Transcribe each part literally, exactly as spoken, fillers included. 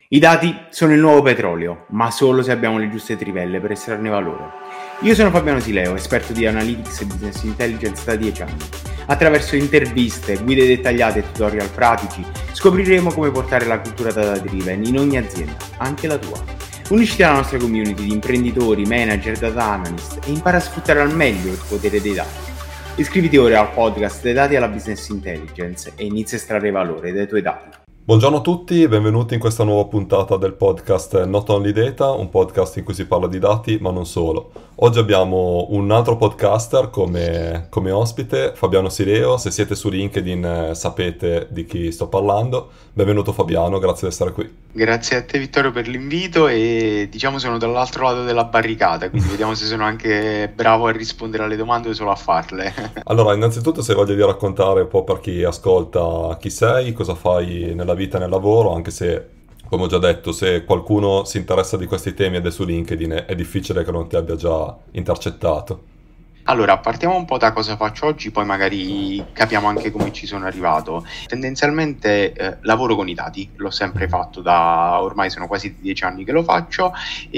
I dati sono il nuovo petrolio, ma solo se abbiamo le giuste trivelle per estrarne valore. Io sono Fabiano Sileo, esperto di Analytics e Business Intelligence da dieci anni. Attraverso interviste, guide dettagliate e tutorial pratici, scopriremo come portare la cultura data driven in ogni azienda, anche la tua. Unisciti alla nostra community di imprenditori, manager, data analyst e impara a sfruttare al meglio il potere dei dati. Iscriviti ora al podcast dei dati alla Business Intelligence e inizia a estrarre valore dai tuoi dati. Buongiorno a tutti e benvenuti in questa nuova puntata del podcast Not Only Data, un podcast in cui si parla di dati ma non solo. Oggi abbiamo un altro podcaster come, come ospite, Fabiano Sileo. Se siete su LinkedIn eh, sapete di chi sto parlando. Benvenuto Fabiano, grazie di essere qui. Grazie a te Vittorio per l'invito e diciamo sono dall'altro lato della barricata, quindi vediamo se sono anche bravo a rispondere alle domande o solo a farle. Allora, innanzitutto se hai voglia di raccontare un po' per chi ascolta chi sei, cosa fai nella vita e nel lavoro, anche se, come ho già detto, se qualcuno si interessa di questi temi ed è su LinkedIn è difficile che non ti abbia già intercettato. Allora, partiamo un po' da cosa faccio oggi, poi magari capiamo anche come ci sono arrivato. Tendenzialmente eh, lavoro con i dati, l'ho sempre fatto da ormai sono quasi dieci anni che lo faccio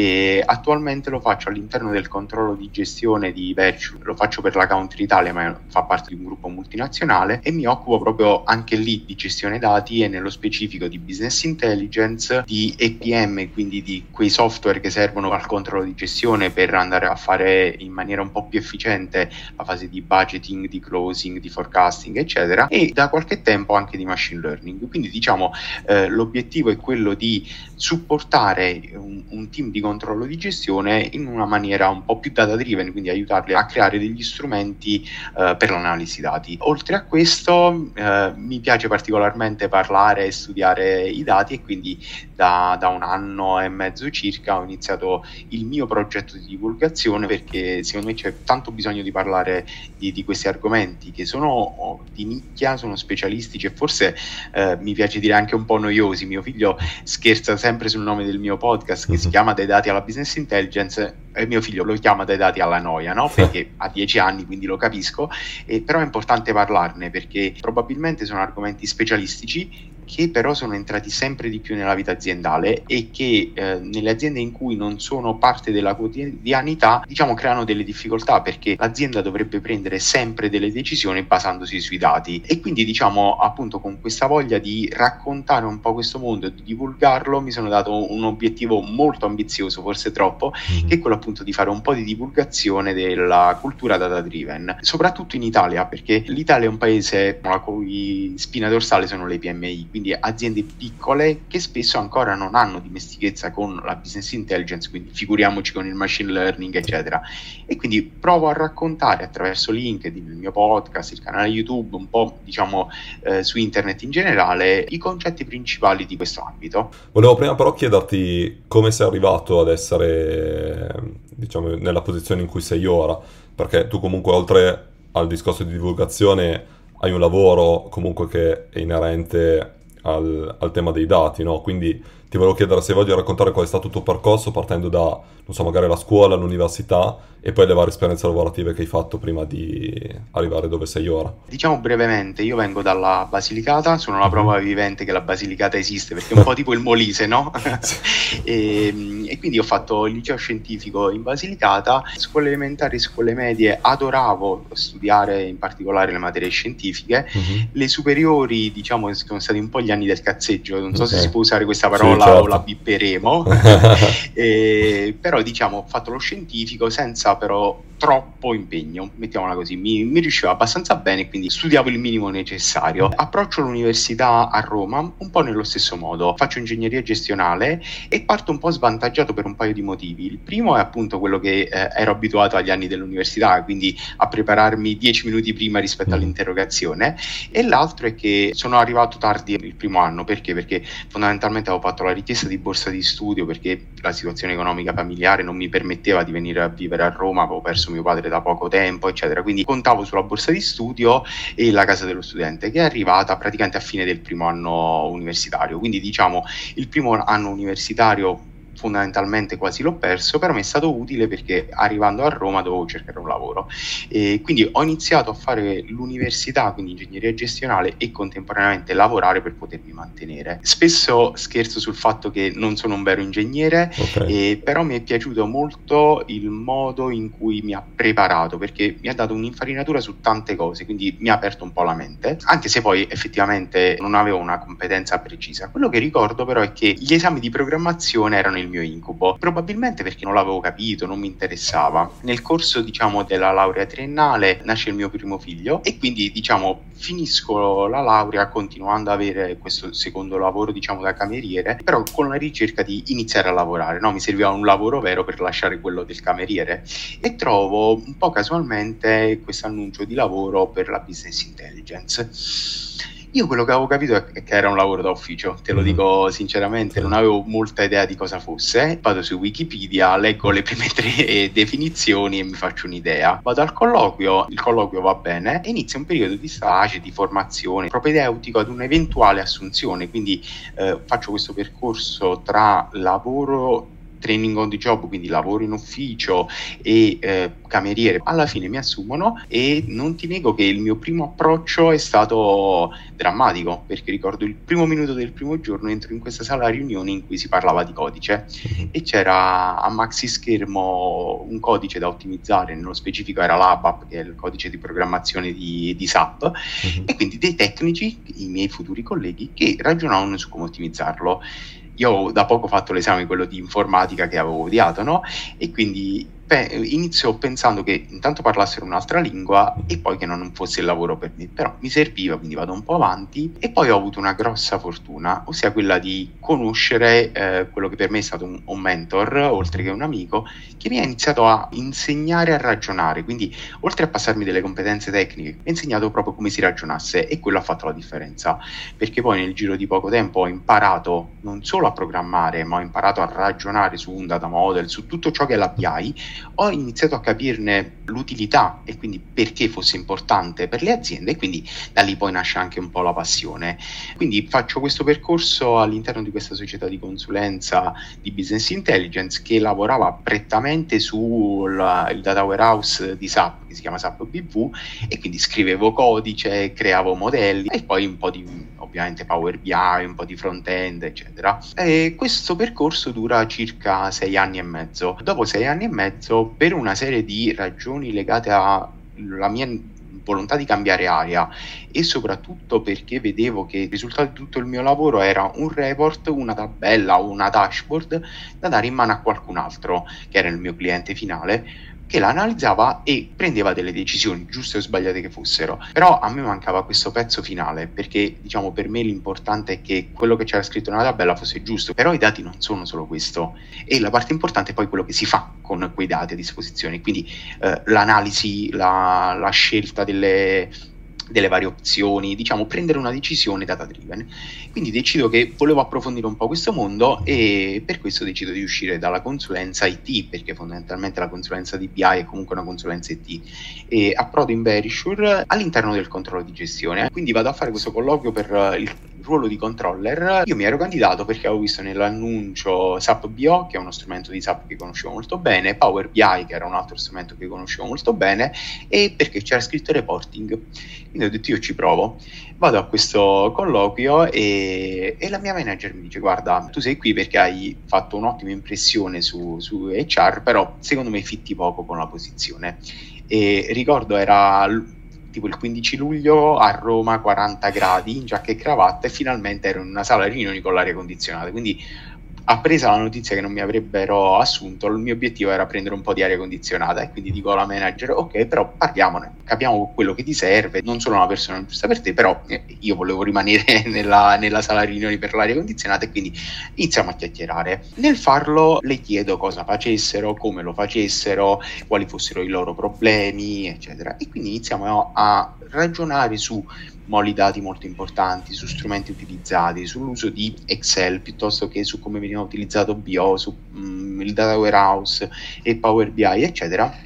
e attualmente lo faccio all'interno del controllo di gestione di Virtue, lo faccio per la Country Italia, ma fa parte di un gruppo multinazionale e mi occupo proprio anche lì di gestione dati e nello specifico di business intelligence, di E P M, quindi di quei software che servono al controllo di gestione per andare a fare in maniera un po' più efficiente la fase di budgeting, di closing, di forecasting eccetera, e da qualche tempo anche di machine learning. Quindi diciamo eh, l'obiettivo è quello di supportare un, un team di controllo di gestione in una maniera un po' più data driven, quindi aiutarli a creare degli strumenti eh, per l'analisi dati. Oltre a questo eh, mi piace particolarmente parlare e studiare i dati e quindi da, da un anno e mezzo circa ho iniziato il mio progetto di divulgazione, perché secondo me c'è tanto bisogno di parlare di, di questi argomenti che sono di nicchia, sono specialistici e forse eh, mi piace dire anche un po' noiosi. Mio figlio scherza sempre sul nome del mio podcast che si chiama Dai dati alla Business Intelligence e mio figlio lo chiama Dai dati alla noia, no? Perché ha dieci anni, quindi lo capisco, e però è importante parlarne perché probabilmente sono argomenti specialistici che però sono entrati sempre di più nella vita aziendale e che eh, nelle aziende in cui non sono parte della quotidianità, diciamo, creano delle difficoltà, perché l'azienda dovrebbe prendere sempre delle decisioni basandosi sui dati. E quindi diciamo appunto con questa voglia di raccontare un po' questo mondo e di divulgarlo mi sono dato un obiettivo molto ambizioso, forse troppo, mm-hmm. che è quello appunto di fare un po' di divulgazione della cultura data driven, soprattutto in Italia, perché l'Italia è un paese la cui spina dorsale sono le P M I, quindi aziende piccole che spesso ancora non hanno dimestichezza con la business intelligence, quindi figuriamoci con il machine learning eccetera. E quindi provo a raccontare attraverso LinkedIn, il mio podcast, il canale YouTube, un po' diciamo eh, su internet in generale, i concetti principali di questo ambito. Volevo prima però chiederti come sei arrivato ad essere, diciamo, nella posizione in cui sei ora, perché tu comunque oltre al discorso di divulgazione hai un lavoro comunque che è inerente Al, al tema dei dati, no? Quindi ti volevo chiedere se voglio raccontare qual è stato il tuo percorso partendo da, non so, magari la scuola, l'università e poi le varie esperienze lavorative che hai fatto prima di arrivare dove sei ora. Diciamo brevemente, io vengo dalla Basilicata, sono la prova vivente che la Basilicata esiste, perché è un po' tipo il Molise, no? e, e quindi ho fatto il liceo scientifico in Basilicata, scuole elementari, scuole medie, adoravo studiare in particolare le materie scientifiche, uh-huh. Le superiori diciamo sono stati un po' gli anni del cazzeggio, non so okay. se si può usare questa parola, sì, certo. O la bipperemo, e, però diciamo ho fatto lo scientifico senza però troppo impegno, mettiamola così, mi, mi riusciva abbastanza bene, quindi studiavo il minimo necessario. Approccio l'università a Roma un po' nello stesso modo, faccio ingegneria gestionale e parto un po' svantaggiato per un paio di motivi. Il primo è appunto quello che eh, ero abituato agli anni dell'università, quindi a prepararmi dieci minuti prima rispetto all'interrogazione, e l'altro è che sono arrivato tardi il primo anno. Perché? Perché fondamentalmente avevo fatto la richiesta di borsa di studio perché la situazione economica familiare non mi permetteva di venire a vivere a Roma, avevo perso mio padre da poco tempo eccetera, quindi contavo sulla borsa di studio e la casa dello studente, che è arrivata praticamente a fine del primo anno universitario. Quindi diciamo il primo anno universitario fondamentalmente quasi l'ho perso, però mi è stato utile perché arrivando a Roma dovevo cercare un lavoro e quindi ho iniziato a fare l'università, quindi ingegneria gestionale, e contemporaneamente lavorare per potermi mantenere. Spesso scherzo sul fatto che non sono un vero ingegnere, Ok. eh, però mi è piaciuto molto il modo in cui mi ha preparato, perché mi ha dato un'infarinatura su tante cose, quindi mi ha aperto un po' la mente, anche se poi effettivamente non avevo una competenza precisa. Quello che ricordo però è che gli esami di programmazione erano il mio incubo, probabilmente perché non l'avevo capito, non mi interessava. Nel corso, diciamo, della laurea triennale nasce il mio primo figlio e quindi, diciamo, finisco la laurea continuando ad avere questo secondo lavoro, diciamo, da cameriere, però con la ricerca di iniziare a lavorare, no? Mi serviva un lavoro vero per lasciare quello del cameriere e trovo un po' casualmente questo annuncio di lavoro per la business intelligence. Io quello che avevo capito è che era un lavoro da ufficio, te lo Mhm. dico sinceramente, Sì. non avevo molta idea di cosa fosse. Vado su Wikipedia, leggo le prime tre eh, definizioni e mi faccio un'idea. Vado al colloquio, il colloquio va bene e inizia un periodo di stage, di formazione propedeutico ad un'eventuale assunzione, quindi eh, faccio questo percorso tra lavoro, training on the job, quindi lavoro in ufficio e eh, cameriere. Alla fine mi assumono e non ti nego che il mio primo approccio è stato drammatico, perché ricordo il primo minuto del primo giorno entro in questa sala riunioni in cui si parlava di codice Mhm. e c'era a maxi schermo un codice da ottimizzare, nello specifico era l'ABAP, che è il codice di programmazione di, di SAP, Mhm. e quindi dei tecnici, i miei futuri colleghi, che ragionavano su come ottimizzarlo. Io ho da poco fatto l'esame, quello di informatica, che avevo odiato, no? E quindi pe- inizio pensando che intanto parlassero un'altra lingua e poi che non fosse il lavoro per me, però mi serviva, quindi vado un po' avanti e poi ho avuto una grossa fortuna, ossia quella di conoscere eh, quello che per me è stato un, un mentor, oltre che un amico, che mi ha iniziato a insegnare a ragionare, quindi oltre a passarmi delle competenze tecniche, mi ha insegnato proprio come si ragionasse e quello ha fatto la differenza, perché poi nel giro di poco tempo ho imparato non solo a programmare, ma ho imparato a ragionare su un data model, su tutto ciò che è l'A P I, ho iniziato a capirne l'utilità e quindi perché fosse importante per le aziende e quindi da lì poi nasce anche un po' la passione. Quindi faccio questo percorso all'interno di questa società di consulenza di business intelligence che lavorava prettamente sul data warehouse di SAP, che si chiama SAP B V, e quindi scrivevo codice, creavo modelli e poi un po' di ovviamente Power B I, un po' di front-end, eccetera. E questo percorso dura circa sei anni e mezzo. Dopo sei anni e mezzo, per una serie di ragioni legate alla mia volontà di cambiare area e soprattutto perché vedevo che il risultato di tutto il mio lavoro era un report, una tabella o una dashboard da dare in mano a qualcun altro, che era il mio cliente finale, che la analizzava e prendeva delle decisioni, giuste o sbagliate che fossero. Però a me mancava questo pezzo finale, perché diciamo per me l'importante è che quello che c'era scritto nella tabella fosse giusto, però i dati non sono solo questo, e la parte importante è poi quello che si fa con quei dati a disposizione, quindi eh, l'analisi, la, la scelta delle delle varie opzioni, diciamo prendere una decisione data driven. Quindi decido che volevo approfondire un po' questo mondo e per questo decido di uscire dalla consulenza I T, perché fondamentalmente la consulenza di B I è comunque una consulenza I T, e approdo in Verisure all'interno del controllo di gestione. Quindi vado a fare questo colloquio per il ruolo di controller. Io mi ero candidato perché avevo visto nell'annuncio SAP B O, che è uno strumento di SAP che conoscevo molto bene, Power B I, che era un altro strumento che conoscevo molto bene, e perché c'era scritto reporting. Quindi ho detto io ci provo, vado a questo colloquio e, e la mia manager mi dice: guarda, tu sei qui perché hai fatto un'ottima impressione su, su H R, però secondo me fitti poco con la posizione. E ricordo era tipo il quindici luglio a Roma, quaranta gradi, in giacca e cravatta, e finalmente ero in una sala riunioni con l'aria condizionata, quindi appresa la notizia che non mi avrebbero assunto, il mio obiettivo era prendere un po' di aria condizionata e quindi dico alla manager: ok, però parliamone, capiamo quello che ti serve, non sono una persona giusta per te, però eh, io volevo rimanere nella, nella sala riunioni per l'aria condizionata e quindi iniziamo a chiacchierare. Nel farlo le chiedo cosa facessero, come lo facessero, quali fossero i loro problemi, eccetera, e quindi iniziamo a, a ragionare su moli dati molto importanti, su strumenti utilizzati, sull'uso di Excel piuttosto che su come veniva utilizzato B O, su mm, il data warehouse e Power B I, eccetera.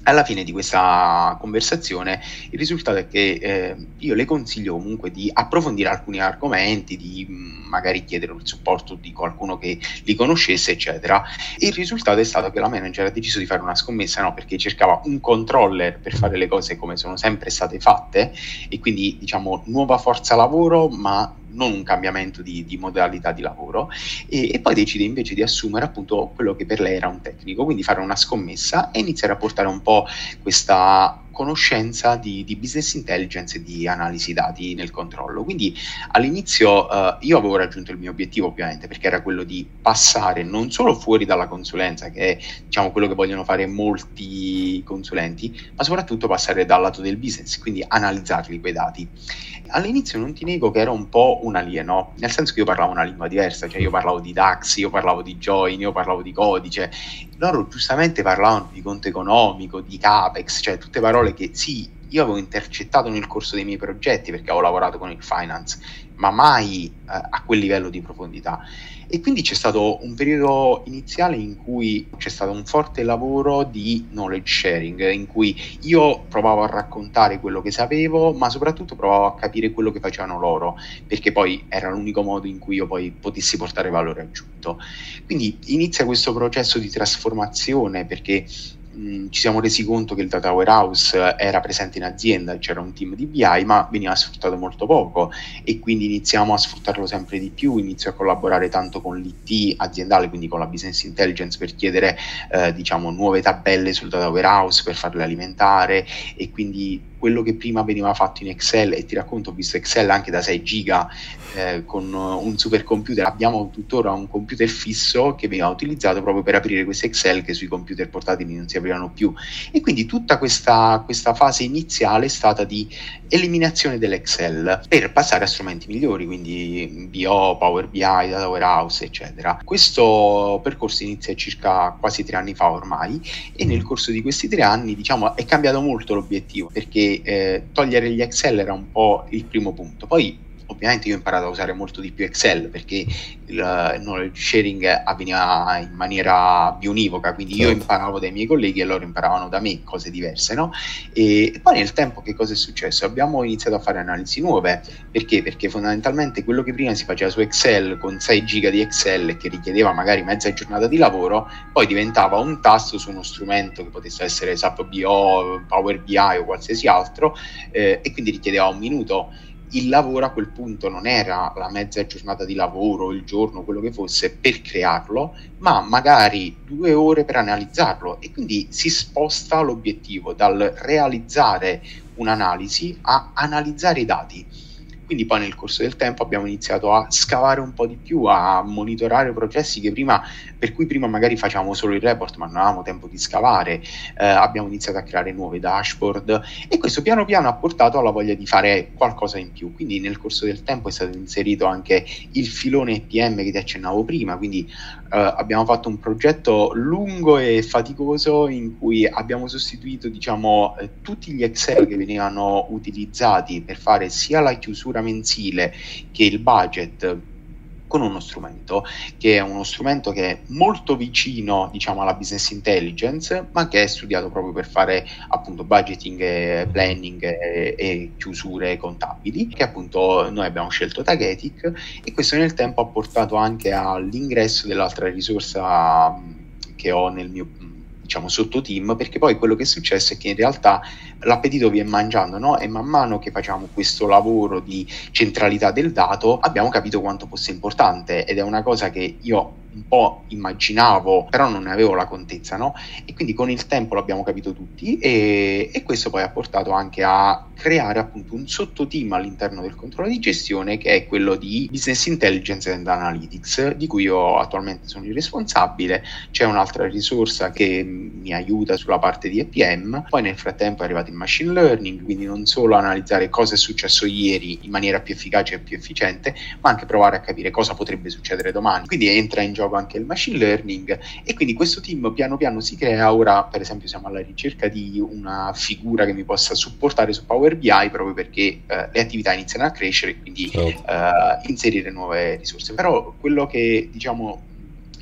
Alla fine di questa conversazione il risultato è che eh, io le consiglio comunque di approfondire alcuni argomenti, di mh, magari chiedere il supporto di qualcuno che li conoscesse, eccetera. E il risultato è stato che la manager ha deciso di fare una scommessa, no, perché cercava un controller per fare le cose come sono sempre state fatte, e quindi diciamo nuova forza lavoro, ma non un cambiamento di, di modalità di lavoro, e, e poi decide invece di assumere appunto quello che per lei era un tecnico, quindi fare una scommessa e iniziare a portare un po' questa conoscenza di, di business intelligence e di analisi dati nel controllo. Quindi all'inizio eh, io avevo raggiunto il mio obiettivo, ovviamente, perché era quello di passare non solo fuori dalla consulenza, che è diciamo quello che vogliono fare molti consulenti, ma soprattutto passare dal lato del business, quindi analizzarli quei dati. All'inizio non ti nego che ero un po' un alieno, nel senso che io parlavo una lingua diversa, cioè io parlavo di DAX, io parlavo di join, io parlavo di codice, loro giustamente parlavano di conto economico, di capex, cioè tutte parole che sì, io avevo intercettato nel corso dei miei progetti perché avevo lavorato con il finance, ma mai eh, a quel livello di profondità. E quindi c'è stato un periodo iniziale in cui c'è stato un forte lavoro di knowledge sharing, in cui io provavo a raccontare quello che sapevo, ma soprattutto provavo a capire quello che facevano loro, perché poi era l'unico modo in cui io poi potessi portare valore aggiunto. Quindi inizia questo processo di trasformazione, perché mh, ci siamo resi conto che il data warehouse era presente in azienda, c'era un team di B I, ma veniva sfruttato molto poco, e quindi iniziamo a sfruttarlo sempre di più. Inizio a collaborare tanto con l'I T aziendale, quindi con la business intelligence, per chiedere eh, diciamo nuove tabelle sul data warehouse per farle alimentare, e quindi quello che prima veniva fatto in Excel, e ti racconto, ho visto Excel anche da sei giga eh, con un supercomputer, abbiamo tuttora un computer fisso che veniva utilizzato proprio per aprire questi Excel che sui computer portatili non si aprivano più. E quindi tutta questa, questa fase iniziale è stata di eliminazione dell'Excel per passare a strumenti migliori, quindi B O, Power B I, Data Warehouse, eccetera. Questo percorso inizia circa quasi tre anni fa ormai, e nel corso di questi tre anni diciamo è cambiato molto l'obiettivo, perché eh, togliere gli Excel era un po' il primo punto. Poi ovviamente io ho imparato a usare molto di più Excel, perché il knowledge sharing avveniva in maniera bionivoca, quindi io imparavo dai miei colleghi e loro imparavano da me cose diverse, no? E, e poi nel tempo che cosa è successo? Abbiamo iniziato a fare analisi nuove. Perché? Perché fondamentalmente quello che prima si faceva su Excel con sei giga di Excel e che richiedeva magari mezza giornata di lavoro, poi diventava un tasto su uno strumento che potesse essere S A P B O, Power B I o qualsiasi altro, eh, e quindi richiedeva un minuto. Il lavoro a quel punto non era la mezza giornata di lavoro, il giorno, quello che fosse, per crearlo, ma magari due ore per analizzarlo, e quindi si sposta l'obiettivo dal realizzare un'analisi a analizzare i dati. Quindi poi nel corso del tempo abbiamo iniziato a scavare un po' di più, a monitorare processi che prima, per cui prima magari facevamo solo il report ma non avevamo tempo di scavare, eh, abbiamo iniziato a creare nuove dashboard, e questo piano piano ha portato alla voglia di fare qualcosa in più. Quindi nel corso del tempo è stato inserito anche il filone P M che ti accennavo prima, quindi eh, abbiamo fatto un progetto lungo e faticoso in cui abbiamo sostituito diciamo eh, tutti gli Excel che venivano utilizzati per fare sia la chiusura mensile che il budget, con uno strumento che è uno strumento che è molto vicino diciamo alla business intelligence, ma che è studiato proprio per fare appunto budgeting e planning e, e chiusure contabili, che appunto noi abbiamo scelto Tagetic, e questo nel tempo ha portato anche all'ingresso dell'altra risorsa che ho nel mio diciamo sotto team, perché poi quello che è successo è che in realtà l'appetito viene mangiando, no? E man mano che facciamo questo lavoro di centralità del dato abbiamo capito quanto fosse importante, ed è una cosa che io un po' immaginavo, però non ne avevo la contezza, no? E quindi con il tempo l'abbiamo capito tutti, e, e questo poi ha portato anche a creare appunto un sottoteam all'interno del controllo di gestione, che è quello di Business Intelligence and Analytics, di cui io attualmente sono il responsabile. C'è un'altra risorsa che mi aiuta sulla parte di E P M, poi nel frattempo è arrivato il machine learning, quindi non solo analizzare cosa è successo ieri in maniera più efficace e più efficiente, ma anche provare a capire cosa potrebbe succedere domani. Quindi entra in gioco anche il machine learning, e quindi questo team piano piano si crea. Ora per esempio siamo alla ricerca di una figura che mi possa supportare su Power B I, proprio perché eh, le attività iniziano a crescere, quindi certo. eh, inserire nuove risorse. Però quello che diciamo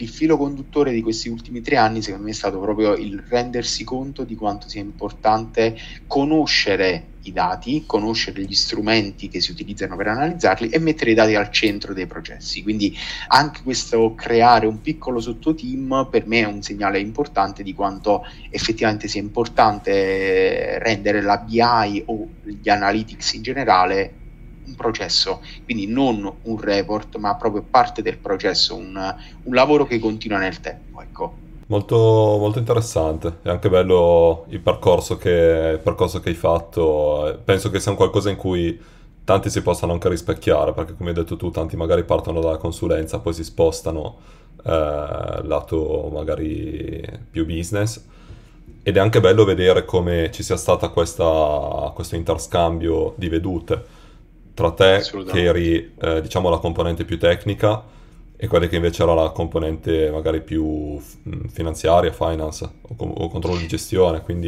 il filo conduttore di questi ultimi tre anni secondo me è stato proprio il rendersi conto di quanto sia importante conoscere i dati, conoscere gli strumenti che si utilizzano per analizzarli e mettere i dati al centro dei processi. Quindi anche questo creare un piccolo sottoteam per me è un segnale importante di quanto effettivamente sia importante rendere la B I o gli analytics in generale un processo, quindi non un report, ma proprio parte del processo, un, un lavoro che continua nel tempo, ecco. Molto, molto interessante, è anche bello il percorso che, il percorso che hai fatto. Penso che sia un qualcosa in cui tanti si possano anche rispecchiare, perché come hai detto tu, tanti magari partono dalla consulenza, poi si spostano eh, lato magari più business, ed è anche bello vedere come ci sia stata questa, questo interscambio di vedute tra te che eri eh, diciamo la componente più tecnica e quella che invece era la componente magari più f- finanziaria, finance o, com- o controllo di gestione, quindi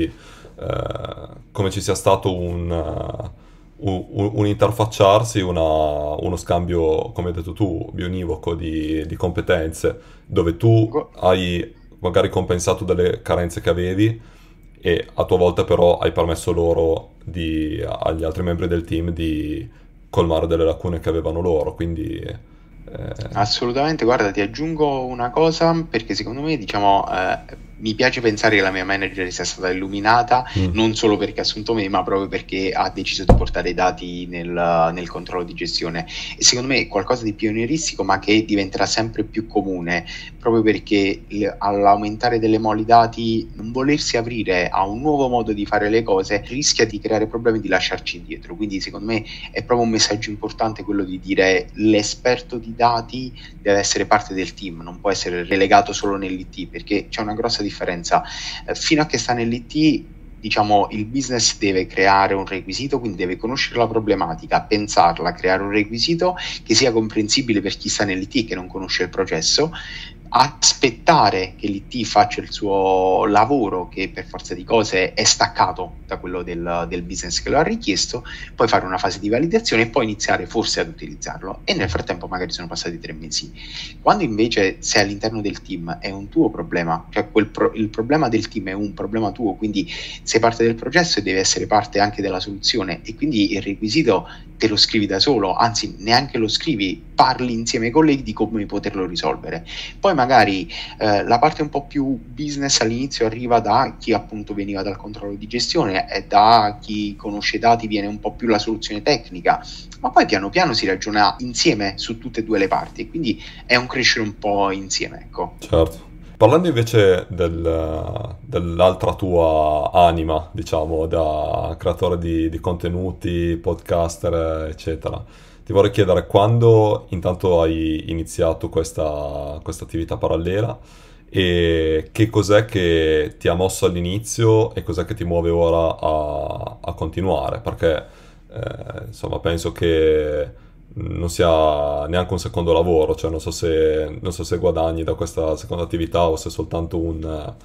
eh, come ci sia stato un, uh, un, un interfacciarsi, una, uno scambio, come hai detto tu, bionivoco di, di competenze, dove tu hai magari compensato delle carenze che avevi e a tua volta però hai permesso loro, di, agli altri membri del team, di colmare delle lacune che avevano loro, quindi eh... assolutamente. Guarda, ti aggiungo una cosa, perché secondo me, diciamo, eh, mi piace pensare che la mia manager sia stata illuminata, mm. non solo perché ha assunto me, ma proprio perché ha deciso di portare i dati nel, nel controllo di gestione, e secondo me è qualcosa di pionieristico, ma che diventerà sempre più comune, proprio perché l- all'aumentare delle mole dati, non volersi aprire a un nuovo modo di fare le cose rischia di creare problemi, di lasciarci indietro. Quindi secondo me è proprio un messaggio importante quello di dire: l'esperto di dati deve essere parte del team, non può essere relegato solo nell'I T, perché c'è una grossa differenza. Eh, fino a che sta nell'I T, diciamo, il business deve creare un requisito, quindi deve conoscere la problematica, pensarla, creare un requisito che sia comprensibile per chi sta nell'I T e che non conosce il processo, aspettare che l'I T faccia il suo lavoro, che per forza di cose è staccato da quello del, del business che lo ha richiesto, poi fare una fase di validazione e poi iniziare forse ad utilizzarlo, e nel frattempo magari sono passati tre mesi. Quando invece sei all'interno del team è un tuo problema, cioè quel pro, il problema del team è un problema tuo, quindi sei parte del processo e devi essere parte anche della soluzione, e quindi il requisito te lo scrivi da solo, anzi neanche lo scrivi, parli insieme ai colleghi di come poterlo risolvere. Poi magari eh, la parte un po' più business all'inizio arriva da chi appunto veniva dal controllo di gestione, e da chi conosce i dati viene un po' più la soluzione tecnica, ma poi piano piano si ragiona insieme su tutte e due le parti, e quindi è un crescere un po' insieme, ecco. Certo. Parlando invece del, dell'altra tua anima, diciamo, da creatore di, di contenuti, podcaster, eccetera, ti vorrei chiedere quando intanto hai iniziato questa, questa attività parallela, e che cos'è che ti ha mosso all'inizio e cos'è che ti muove ora a, a continuare, perché eh, insomma penso che non sia neanche un secondo lavoro, cioè non so se, non so se guadagni da questa seconda attività o se è soltanto un,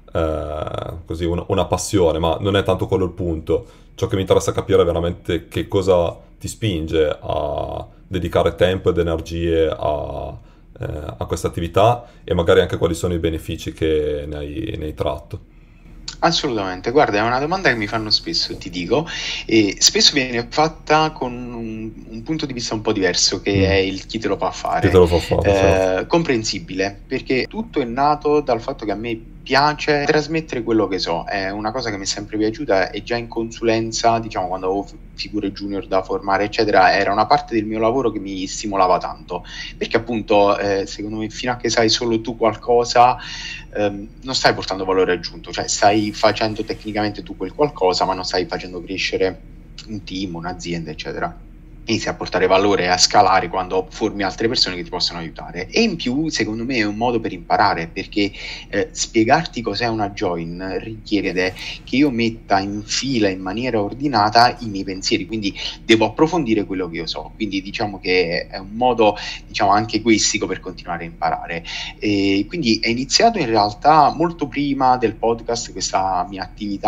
eh, così, una, una passione, ma non è tanto quello il punto. Ciò che mi interessa capire è veramente che cosa ti spinge a dedicare tempo ed energie a, eh, a questa attività, e magari anche quali sono i benefici che ne hai, ne hai tratto. Assolutamente, guarda, è una domanda che mi fanno spesso, ti dico, e spesso viene fatta con un, un punto di vista un po' diverso, che mm. è il chi te lo fa fare. Chi te lo fa fare, eh, certo. Comprensibile, perché tutto è nato dal fatto che a me piace trasmettere quello che so, è una cosa che mi è sempre piaciuta, e già in consulenza, diciamo, quando avevo figure junior da formare eccetera, era una parte del mio lavoro che mi stimolava tanto, perché appunto eh, secondo me fino a che sai solo tu qualcosa ehm, non stai portando valore aggiunto, cioè stai facendo tecnicamente tu quel qualcosa, ma non stai facendo crescere un team, un'azienda eccetera. Inizi a portare valore e a scalare quando formi altre persone che ti possono aiutare, e in più secondo me è un modo per imparare, perché eh, spiegarti cos'è una join richiede che io metta in fila in maniera ordinata i miei pensieri, quindi devo approfondire quello che io so, quindi diciamo che è un modo, diciamo, anche egoistico per continuare a imparare. E quindi è iniziato in realtà molto prima del podcast questa mia attività,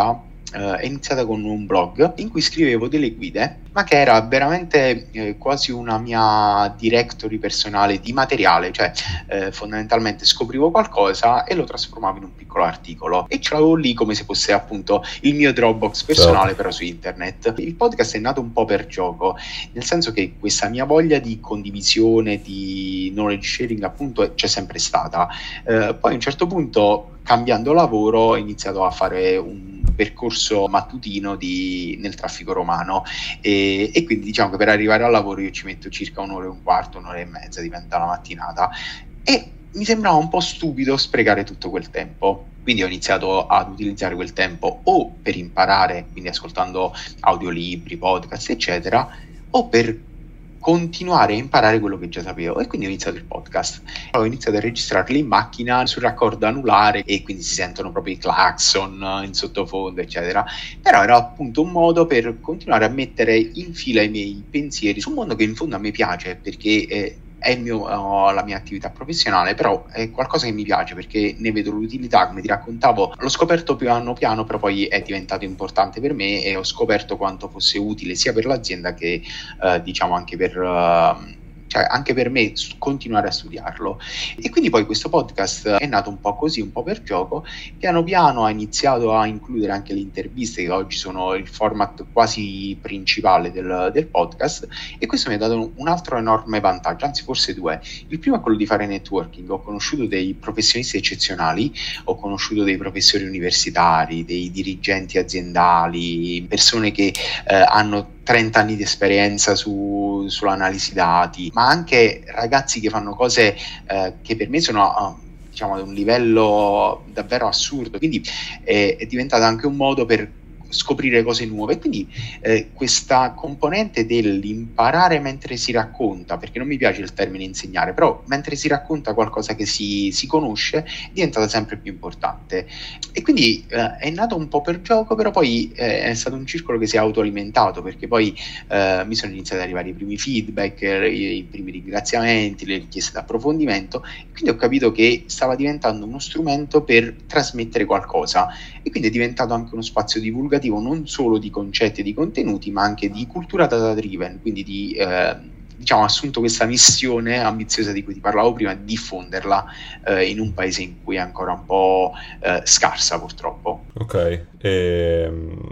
eh, è iniziata con un blog in cui scrivevo delle guide, ma che era veramente eh, quasi una mia directory personale di materiale, cioè eh, fondamentalmente scoprivo qualcosa e lo trasformavo in un piccolo articolo e ce l'avevo lì come se fosse appunto il mio Dropbox personale, certo, però su internet. Il podcast è nato un po' per gioco, nel senso che questa mia voglia di condivisione, di knowledge sharing appunto c'è sempre stata. Eh, poi a un certo punto, cambiando lavoro, ho iniziato a fare un percorso mattutino di, nel traffico romano e, e quindi diciamo che per arrivare al lavoro io ci metto circa un'ora e un quarto, un'ora e mezza, dipende dalla mattinata, e mi sembrava un po' stupido sprecare tutto quel tempo. Quindi ho iniziato ad utilizzare quel tempo o per imparare, quindi ascoltando audiolibri, podcast, eccetera, o per continuare a imparare quello che già sapevo, e quindi ho iniziato il podcast. Ho iniziato a registrarli in macchina sul raccordo anulare e quindi si sentono proprio i clacson in sottofondo, eccetera. Però era appunto un modo per continuare a mettere in fila i miei pensieri su un mondo che in fondo a me piace, perché eh, è il mio, uh, la mia attività professionale, però è qualcosa che mi piace perché ne vedo l'utilità. Come ti raccontavo, l'ho scoperto piano piano, però poi è diventato importante per me e ho scoperto quanto fosse utile sia per l'azienda che uh, diciamo anche per uh, cioè anche per me continuare a studiarlo. E quindi poi questo podcast è nato un po' così, un po' per gioco. Piano piano ha iniziato a includere anche le interviste, che oggi sono il format quasi principale del, del podcast, e questo mi ha dato un altro enorme vantaggio, anzi forse due. Il primo è quello di fare networking. Ho conosciuto dei professionisti eccezionali, ho conosciuto dei professori universitari, dei dirigenti aziendali, persone che eh, hanno trenta anni di esperienza su, sull'analisi dati, ma anche ragazzi che fanno cose eh, che per me sono uh, diciamo ad un livello davvero assurdo. Quindi eh, è diventato anche un modo per scoprire cose nuove. Quindi eh, questa componente dell'imparare mentre si racconta, perché non mi piace il termine insegnare, però mentre si racconta qualcosa che si, si conosce, è diventata sempre più importante. E quindi eh, è nato un po' per gioco, però poi eh, è stato un circolo che si è autoalimentato, perché poi eh, mi sono iniziati ad arrivare i primi feedback, i, i primi ringraziamenti, le richieste di approfondimento, e quindi ho capito che stava diventando uno strumento per trasmettere qualcosa, e quindi è diventato anche uno spazio divulgativo non solo di concetti e di contenuti, ma anche di cultura data driven, quindi di eh, diciamo assunto questa missione ambiziosa di cui ti parlavo prima, di diffonderla eh, in un paese in cui è ancora un po' eh, scarsa, purtroppo. Ok, e,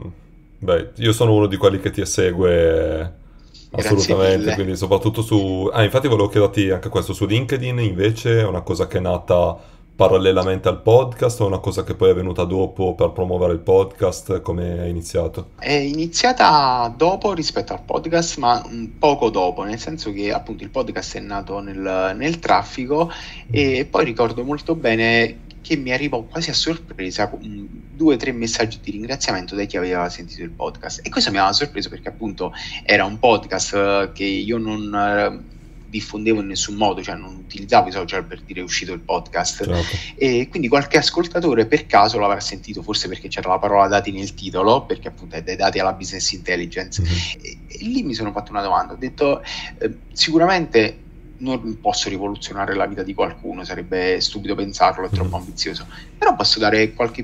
beh, io sono uno di quelli che ti segue assolutamente, quindi soprattutto su... Ah, infatti volevo chiederti anche questo, su LinkedIn invece è una cosa che è nata parallelamente al podcast o una cosa che poi è venuta dopo per promuovere il podcast? Come è iniziato? È iniziata dopo rispetto al podcast, ma poco dopo, nel senso che appunto il podcast è nato nel, nel traffico, e poi ricordo molto bene che mi arrivò quasi a sorpresa due o tre messaggi di ringraziamento da chi aveva sentito il podcast, e questo mi aveva sorpreso perché appunto era un podcast che io non diffondevo in nessun modo, cioè non utilizzavo i social per dire è uscito il podcast, certo. E quindi qualche ascoltatore per caso l'avrà sentito, forse perché c'era la parola dati nel titolo, perché appunto è dai dati alla business intelligence, mm-hmm. e, e lì mi sono fatto una domanda, ho detto eh, sicuramente non posso rivoluzionare la vita di qualcuno, sarebbe stupido pensarlo, è troppo mm-hmm. ambizioso, però posso dare qualche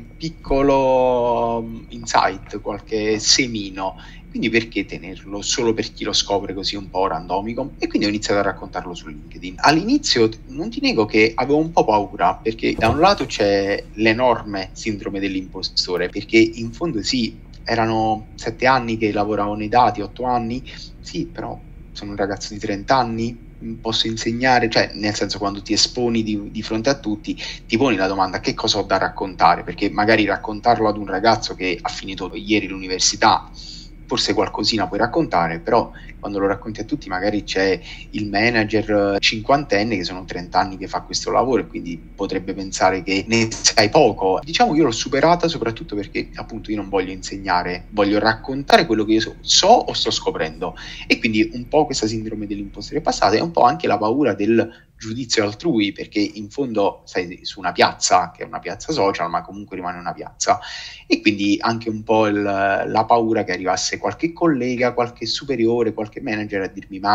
piccolo insight, qualche semino. Quindi perché tenerlo solo per chi lo scopre così un po' randomico? E quindi ho iniziato a raccontarlo su LinkedIn. All'inizio non ti nego che avevo un po' paura, perché da un lato c'è l'enorme sindrome dell'impostore, perché in fondo sì, erano sette anni che lavoravo nei dati, otto anni, sì, però sono un ragazzo di trenta anni, posso insegnare, cioè nel senso, quando ti esponi di, di fronte a tutti ti poni la domanda che cosa ho da raccontare, perché magari raccontarlo ad un ragazzo che ha finito ieri l'università forse qualcosina puoi raccontare, però quando lo racconti a tutti magari c'è il manager cinquantenne che sono trenta anni che fa questo lavoro e quindi potrebbe pensare che ne sai poco. Diciamo, io l'ho superata soprattutto perché appunto io non voglio insegnare, voglio raccontare quello che io so, so o sto scoprendo, e quindi un po' questa sindrome dell'impostore è passata, e un po' anche la paura del giudizio altrui, perché in fondo sei su una piazza che è una piazza social, ma comunque rimane una piazza, e quindi anche un po' il, la paura che arrivasse qualche collega, qualche superiore, qualche manager a dirmi ma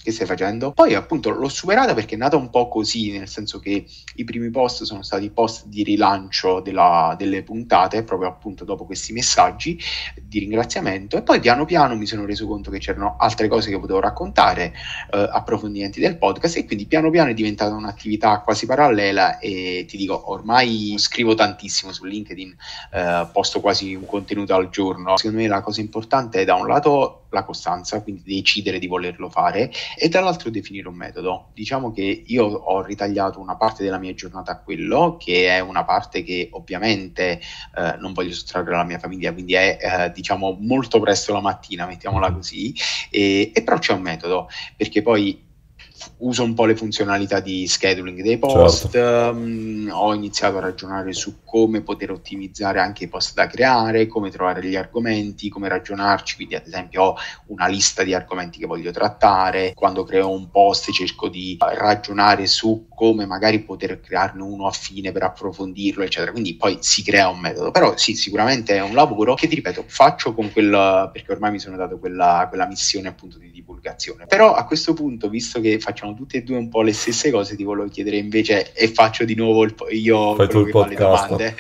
che stai facendo? Poi appunto l'ho superata perché è nata un po' così, nel senso che i primi post sono stati post di rilancio della, delle puntate, proprio appunto dopo questi messaggi di ringraziamento, e poi piano piano mi sono reso conto che c'erano altre cose che potevo raccontare, eh, approfondimenti del podcast, e quindi piano piano è diventata un'attività quasi parallela. E ti dico, ormai scrivo tantissimo su LinkedIn, eh, posto quasi un contenuto al giorno. Secondo me la cosa importante è, da un lato, la costanza, quindi decidere di volerlo fare, e dall'altro definire un metodo. Diciamo che io ho ritagliato una parte della mia giornata a quello, che è una parte che ovviamente eh, non voglio sottrarre alla mia famiglia, quindi è eh, diciamo molto presto la mattina, mettiamola così, e, e però c'è un metodo, perché poi uso un po' le funzionalità di scheduling dei post, Certo. um, ho iniziato a ragionare su come poter ottimizzare anche i post da creare, come trovare gli argomenti, come ragionarci, quindi ad esempio ho una lista di argomenti che voglio trattare, quando creo un post cerco di ragionare su come magari poter crearne uno affine per approfondirlo, eccetera, quindi poi si crea un metodo. Però sì, sicuramente è un lavoro che, ti ripeto, faccio con quel, perché ormai mi sono dato quella, quella missione appunto di divulgazione. Però a questo punto, visto che facciamo tutte e due un po' le stesse cose, ti volevo chiedere invece, e faccio di nuovo il, io Fai tu quello il che fa le podcast. domande,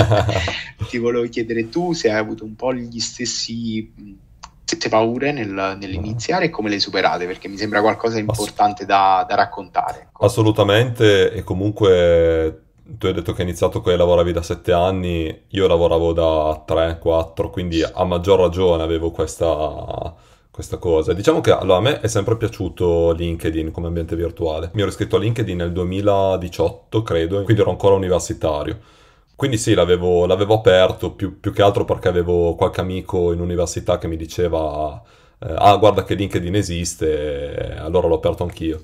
ti volevo chiedere tu se hai avuto un po' gli stessi stesse paure nel, nell'iniziare, e come le superate, perché mi sembra qualcosa importante da, da raccontare. Assolutamente, e comunque tu hai detto che hai iniziato che lavoravi da sette anni, io lavoravo da tre quattro, quindi a maggior ragione avevo questa, questa cosa. Diciamo che allora, a me è sempre piaciuto LinkedIn come ambiente virtuale. Mi ero iscritto a LinkedIn nel duemiladiciotto, credo, quindi ero ancora universitario. Quindi sì, l'avevo, l'avevo aperto più, più che altro perché avevo qualche amico in università che mi diceva eh, ah, guarda che LinkedIn esiste, e allora l'ho aperto anch'io.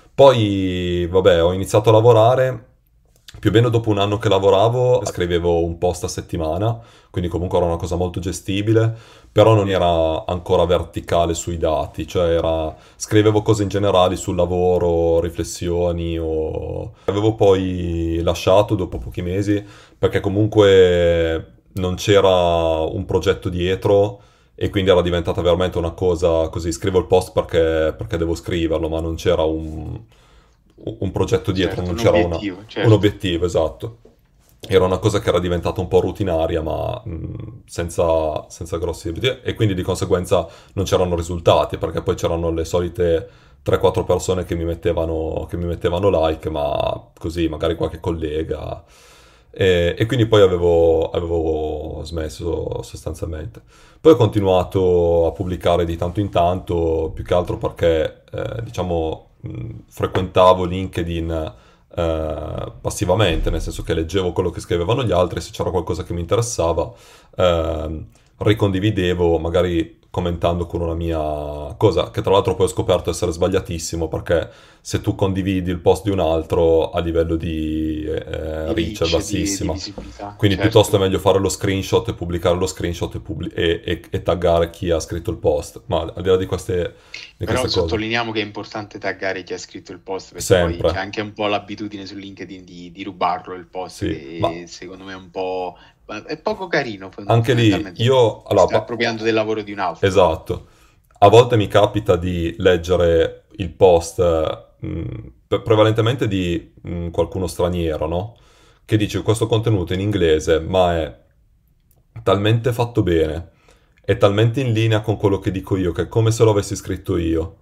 Poi, vabbè, ho iniziato a lavorare, più o meno dopo un anno che lavoravo, scrivevo un post a settimana, quindi comunque era una cosa molto gestibile, però non era ancora verticale sui dati, cioè era, scrivevo cose in generale sul lavoro, riflessioni, o... Avevo poi lasciato dopo pochi mesi, perché comunque non c'era un progetto dietro, e quindi era diventata veramente una cosa così, scrivo il post perché, perché devo scriverlo, ma non c'era un, un progetto dietro, Certo, non un c'era una- obiettivo, un certo. obiettivo, esatto. Era una cosa che era diventata un po' rutinaria, ma mh, senza, senza grossi obiettivi, e quindi di conseguenza non c'erano risultati, perché poi c'erano le solite tre quattro persone che mi mettevano, che mi mettevano like, ma così, magari qualche collega. E, e quindi poi avevo, avevo smesso sostanzialmente. Poi ho continuato a pubblicare di tanto in tanto, più che altro perché, eh, diciamo, mh, frequentavo LinkedIn eh, passivamente, nel senso che leggevo quello che scrivevano gli altri, se c'era qualcosa che mi interessava, ehm, ricondividevo, magari commentando con una mia cosa, che tra l'altro poi ho scoperto essere sbagliatissimo, perché se tu condividi il post di un altro a livello di eh, Di reach è reach, di, di bassissima. visibilità, Quindi piuttosto è certo. meglio fare lo screenshot e pubblicare lo screenshot e, pubblic- e- e- e taggare chi ha scritto il post. Ma al di là di queste, di Però queste cose, sottolineiamo che è importante taggare chi ha scritto il post, perché poi sempre, c'è anche un po' l'abitudine su LinkedIn di, di rubarlo il post, sì. Ma che secondo me è un po'... è poco carino, anche lì fondamentalmente. io, Ti allora, stai pa- appropriando del lavoro di un altro. esatto. A volte mi capita di leggere il post, mh, pre- prevalentemente di mh, qualcuno straniero, no? Che dice questo contenuto è in inglese, ma è talmente fatto bene, è talmente in linea con quello che dico io, che è come se lo avessi scritto io.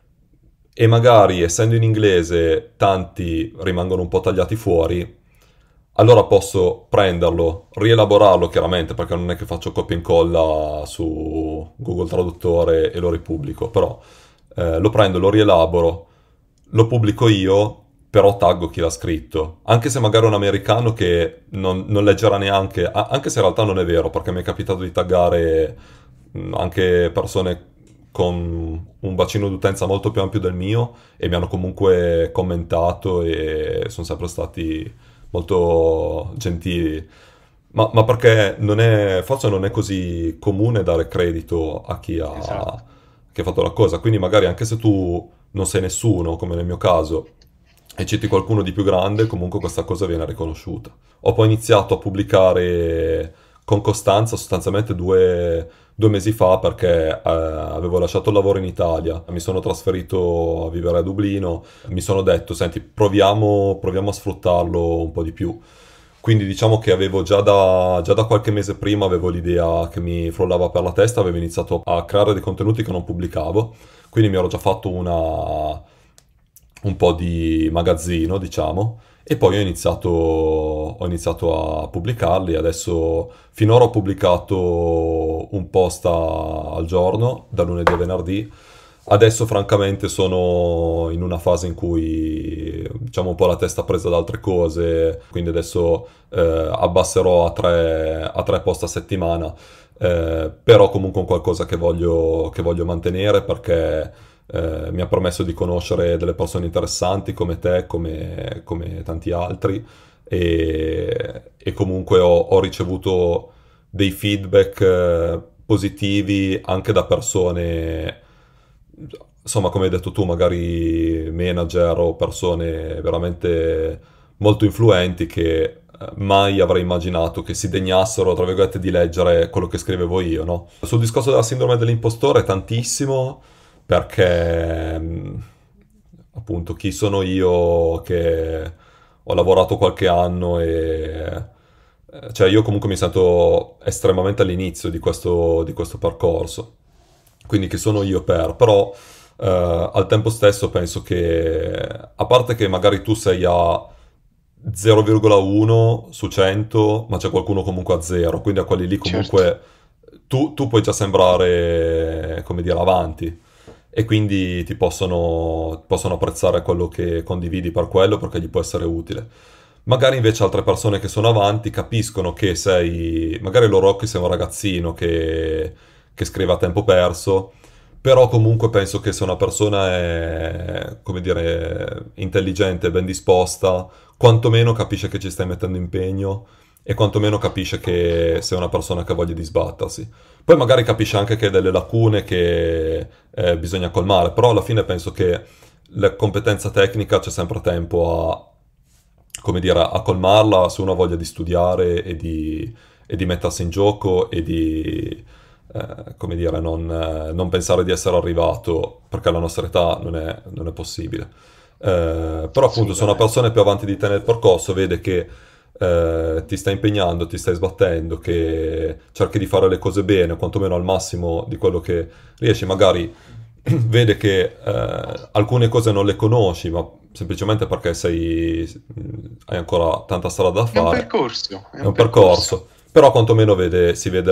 E magari, essendo in inglese, tanti rimangono un po' tagliati fuori, allora posso prenderlo, rielaborarlo chiaramente, perché non è che faccio copia e incolla su Google Traduttore e lo ripubblico, però eh, lo prendo, lo rielaboro, lo pubblico io, però taggo chi l'ha scritto. Anche se magari è un americano che non, non leggerà neanche, a- anche se in realtà non è vero, perché mi è capitato di taggare mh, anche persone con un bacino d'utenza molto più ampio del mio, e mi hanno comunque commentato e sono sempre stati molto gentili. Ma, ma perché non è, forse non è così comune dare credito a chi Esatto. ha, chi ha fatto la cosa. Quindi magari anche se tu non sei nessuno, come nel mio caso, e citi qualcuno di più grande, comunque questa cosa viene riconosciuta. Ho poi iniziato a pubblicare con costanza sostanzialmente due, due mesi fa perché eh, avevo lasciato il lavoro in Italia, mi sono trasferito a vivere a Dublino, mi sono detto, senti, proviamo, proviamo a sfruttarlo un po' di più. Quindi diciamo che avevo già da, già da qualche mese prima avevo l'idea che mi frullava per la testa, avevo iniziato a creare dei contenuti che non pubblicavo, quindi mi ero già fatto una, un po' di magazzino, diciamo, e poi ho iniziato, ho iniziato a pubblicarli. Adesso finora ho pubblicato un post a- al giorno, da lunedì a venerdì. Adesso francamente sono in una fase in cui diciamo un po' la testa presa da altre cose, quindi adesso eh, abbasserò a tre, a tre post a settimana, eh, però comunque un qualcosa che voglio, che voglio mantenere perché eh, mi ha permesso di conoscere delle persone interessanti come te, come, come tanti altri e, e comunque ho, ho ricevuto dei feedback eh, positivi anche da persone, insomma, come hai detto tu, magari manager o persone veramente molto influenti che eh, mai avrei immaginato che si degnassero, tra virgolette, di leggere quello che scrivevo io, no? Sul discorso della sindrome dell'impostore tantissimo, perché mh, appunto chi sono io che ho lavorato qualche anno e eh, cioè io comunque mi sento estremamente all'inizio di questo, di questo percorso, quindi chi sono io per, però eh, al tempo stesso penso che, a parte che magari tu sei a zero virgola uno su cento, ma c'è qualcuno comunque a zero, quindi a quelli lì Certo. comunque tu, tu puoi già sembrare, come dire, avanti. E quindi ti possono, possono apprezzare quello che condividi per quello perché gli può essere utile. Magari invece altre persone che sono avanti capiscono che sei, magari loro occhi sei un ragazzino che, che scrive a tempo perso, però comunque penso che se una persona è, come dire, intelligente, ben disposta, quantomeno capisce che ci stai mettendo impegno e quantomeno capisce che sei una persona che ha voglia di sbattersi. Poi magari capisce anche che hai delle lacune che eh, bisogna colmare, però alla fine penso che la competenza tecnica c'è sempre tempo a, come dire, a colmarla se uno ha voglia di studiare e di, e di mettersi in gioco e di, eh, come dire, non, eh, non pensare di essere arrivato, perché alla nostra età non è, non è possibile. Eh, però appunto se una Assolutamente. persona è più avanti di te nel percorso, vede che eh, ti stai impegnando, ti stai sbattendo, che cerchi di fare le cose bene, quantomeno al massimo di quello che riesci, magari vede che eh, alcune cose non le conosci, ma semplicemente perché sei, hai ancora tanta strada da È un fare, percorso, è è un un percorso. percorso, però quantomeno vede, si vede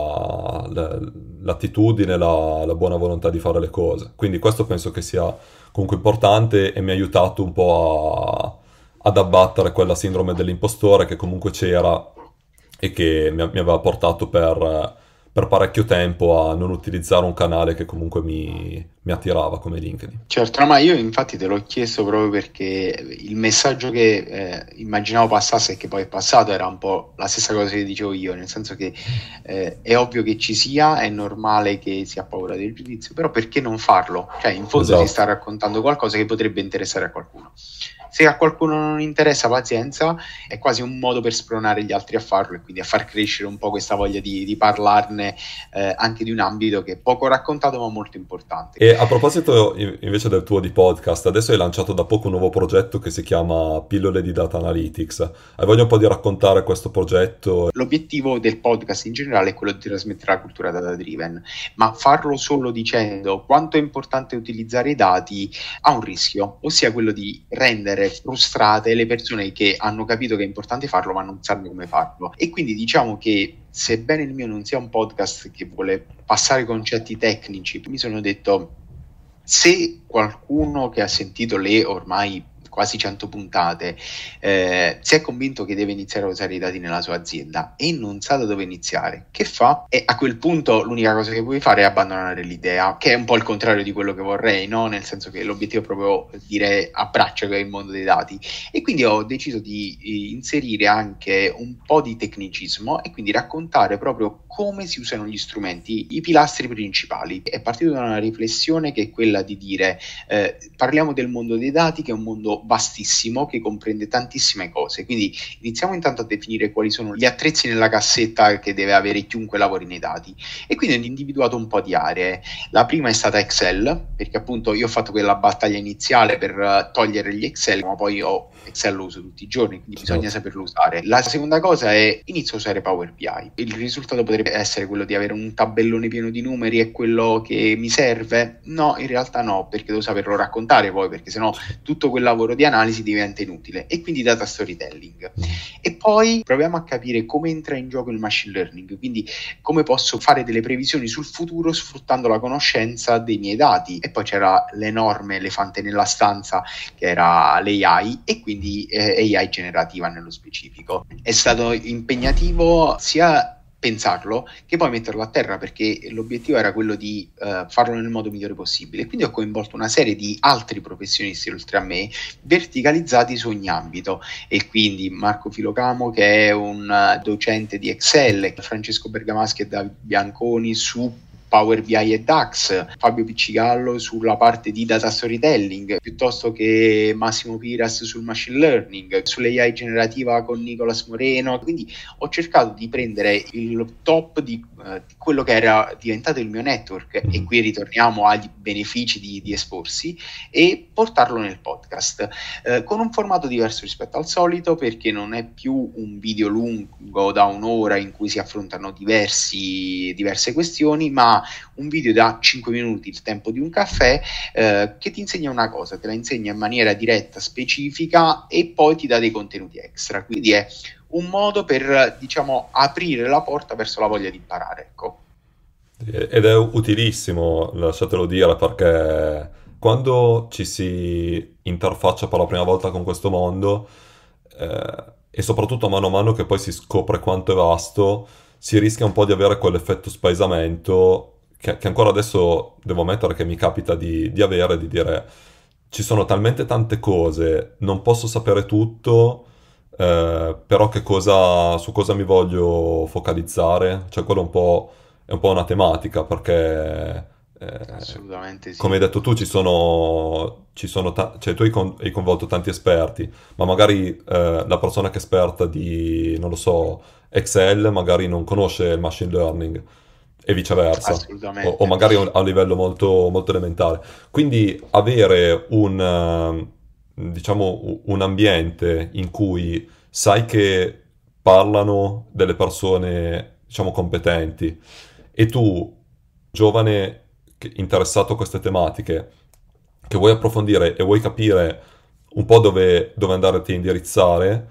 la- la- l'attitudine, la, la buona volontà di fare le cose. Quindi questo penso che sia comunque importante e mi ha aiutato un po' a- ad abbattere quella sindrome dell'impostore che comunque c'era e che mi, mi aveva portato per, per parecchio tempo a non utilizzare un canale che comunque mi, mi attirava come LinkedIn. Certo, no, ma io infatti te l'ho chiesto proprio perché il messaggio che eh, immaginavo passasse e che poi è passato era un po' la stessa cosa che dicevo io, nel senso che eh, è ovvio che ci sia, è normale che si ha paura del giudizio, però perché non farlo? Cioè, in fondo si sta Esatto, raccontando qualcosa che potrebbe interessare a qualcuno. Se a qualcuno non interessa, pazienza, è quasi un modo per spronare gli altri a farlo e quindi a far crescere un po' questa voglia di, di parlarne eh, anche di un ambito che è poco raccontato ma molto importante. e a proposito i- invece del tuo di podcast, adesso hai lanciato da poco un nuovo progetto che si chiama Pillole di Data Analytics. Hai voglia un po' di raccontare questo progetto? L'obiettivo del podcast in generale è quello di trasmettere la cultura data driven, ma farlo solo dicendo quanto è importante utilizzare i dati ha un rischio, ossia quello di rendere frustrate le persone che hanno capito che è importante farlo ma non sanno come farlo. E quindi diciamo che sebbene il mio non sia un podcast che vuole passare concetti tecnici, mi sono detto se qualcuno che ha sentito le ormai quasi cento puntate eh, si è convinto che deve iniziare a usare i dati nella sua azienda e non sa da dove iniziare, che fa? E a quel punto l'unica cosa che puoi fare è abbandonare l'idea, che è un po' il contrario di quello che vorrei, no? Nel senso che l'obiettivo è proprio dire abbraccia il mondo dei dati e quindi ho deciso di eh, inserire anche un po' di tecnicismo e quindi raccontare proprio come si usano gli strumenti, i pilastri principali. È partito da una riflessione che è quella di dire eh, parliamo del mondo dei dati, che è un mondo vastissimo, che comprende tantissime cose, quindi iniziamo intanto a definire quali sono gli attrezzi nella cassetta che deve avere chiunque lavori nei dati, e quindi ho individuato un po' di aree. La prima è stata Excel, perché appunto io ho fatto quella battaglia iniziale per uh, togliere gli Excel, ma poi ho Excel lo uso tutti i giorni, quindi certo, bisogna saperlo usare. La seconda cosa è inizio a usare Power B I. Il risultato potrebbe essere quello di avere un tabellone pieno di numeri, è quello che mi serve? No, in realtà no, perché devo saperlo raccontare poi, perché sennò tutto quel lavoro di analisi diventa inutile. E quindi data storytelling. E poi proviamo a capire come entra in gioco il machine learning, quindi come posso fare delle previsioni sul futuro sfruttando la conoscenza dei miei dati. E poi c'era l'enorme elefante nella stanza, che era l'A I, e quindi eh, A I generativa nello specifico. È stato impegnativo sia pensarlo che poi metterlo a terra, perché l'obiettivo era quello di uh, farlo nel modo migliore possibile. Quindi ho coinvolto una serie di altri professionisti oltre a me, verticalizzati su ogni ambito, e quindi Marco Filocamo, che è un uh, docente di Excel, Francesco Bergamaschi e Davide Bianconi su Power B I e DAX, Fabio Piccigallo sulla parte di data storytelling, piuttosto che Massimo Piras sul machine learning, sull'A I generativa con Nicolas Moreno. Quindi ho cercato di prendere il top di, uh, di quello che era diventato il mio network, e qui ritorniamo agli benefici di, di esporsi, e portarlo nel podcast, uh, con un formato diverso rispetto al solito, perché non è più un video lungo da un'ora in cui si affrontano diversi, diverse questioni, ma un video da cinque minuti, il tempo di un caffè, eh, che ti insegna una cosa, te la insegna in maniera diretta, specifica, e poi ti dà dei contenuti extra. Quindi è un modo per, diciamo, aprire la porta verso la voglia di imparare, ecco. Ed è utilissimo, lasciatelo dire, perché quando ci si interfaccia per la prima volta con questo mondo, eh, e soprattutto mano a mano che poi si scopre quanto è vasto, si rischia un po' di avere quell'effetto spaesamento che, che ancora adesso devo ammettere che mi capita di, di avere, di dire ci sono talmente tante cose, non posso sapere tutto, eh, però che cosa, su cosa mi voglio focalizzare? Cioè quello un po', è un po' una tematica, perché eh, assolutamente sì. Come hai detto tu, ci sono, ci sono ta- cioè tu hai, con- hai coinvolto tanti esperti, ma magari eh, la persona che è esperta di, non lo so, Excel magari non conosce il machine learning e viceversa, o, Assolutamente. o magari a un livello molto, molto elementare. Quindi avere un, eh, diciamo, un ambiente in cui sai che parlano delle persone, diciamo, competenti, e tu, giovane che- interessato a queste tematiche, che vuoi approfondire e vuoi capire un po' dove, dove andarti a indirizzare,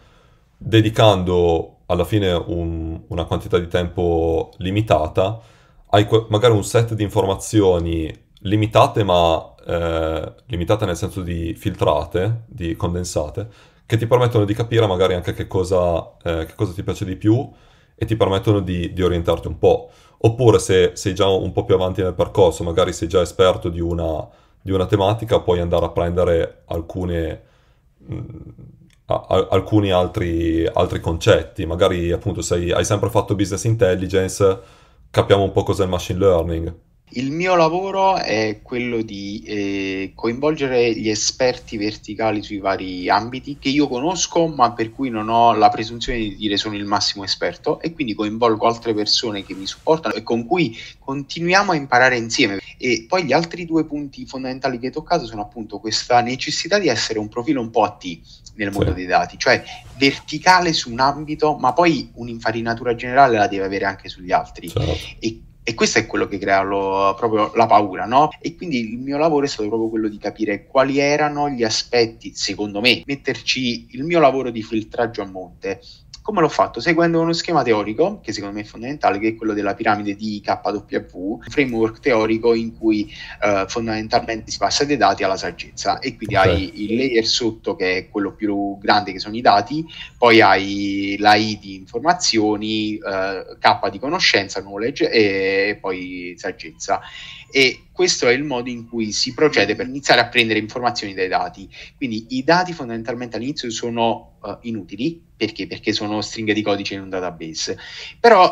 dedicando alla fine un- una quantità di tempo limitata, hai que- magari un set di informazioni limitate, ma eh, limitate nel senso di filtrate, di condensate, che ti permettono di capire magari anche che cosa, eh, che cosa ti piace di più, e ti permettono di, di orientarti un po'. Oppure se sei già un po' più avanti nel percorso, magari sei già esperto di una, di una tematica, puoi andare a prendere alcune, mh, a- a- alcuni altri, altri concetti. Magari appunto se hai sempre fatto business intelligence, capiamo un po' cos'è il machine learning. Il mio lavoro è quello di eh, coinvolgere gli esperti verticali sui vari ambiti che io conosco, ma per cui non ho la presunzione di dire sono il massimo esperto, e quindi coinvolgo altre persone che mi supportano e con cui continuiamo a imparare insieme. E poi gli altri due punti fondamentali che hai toccato sono appunto questa necessità di essere un profilo un po' a T nel mondo Sì. dei dati, cioè verticale su un ambito, ma poi un'infarinatura generale la deve avere anche sugli altri. Certo. E E questo è quello che crea lo, proprio la paura, no? E quindi il mio lavoro è stato proprio quello di capire quali erano gli aspetti, secondo me, metterci il mio lavoro di filtraggio a monte. Come l'ho fatto? Seguendo uno schema teorico, che secondo me è fondamentale, che è quello della piramide di K W, un framework teorico in cui eh, fondamentalmente si passa dai dati alla saggezza, e quindi Ok. hai il layer sotto, che è quello più grande, che sono i dati, poi hai la I di informazioni, eh, K di conoscenza, knowledge, e poi saggezza. E questo è il modo in cui si procede per iniziare a prendere informazioni dai dati. Quindi i dati fondamentalmente all'inizio sono uh, inutili, perché? Perché sono stringhe di codice in un database, però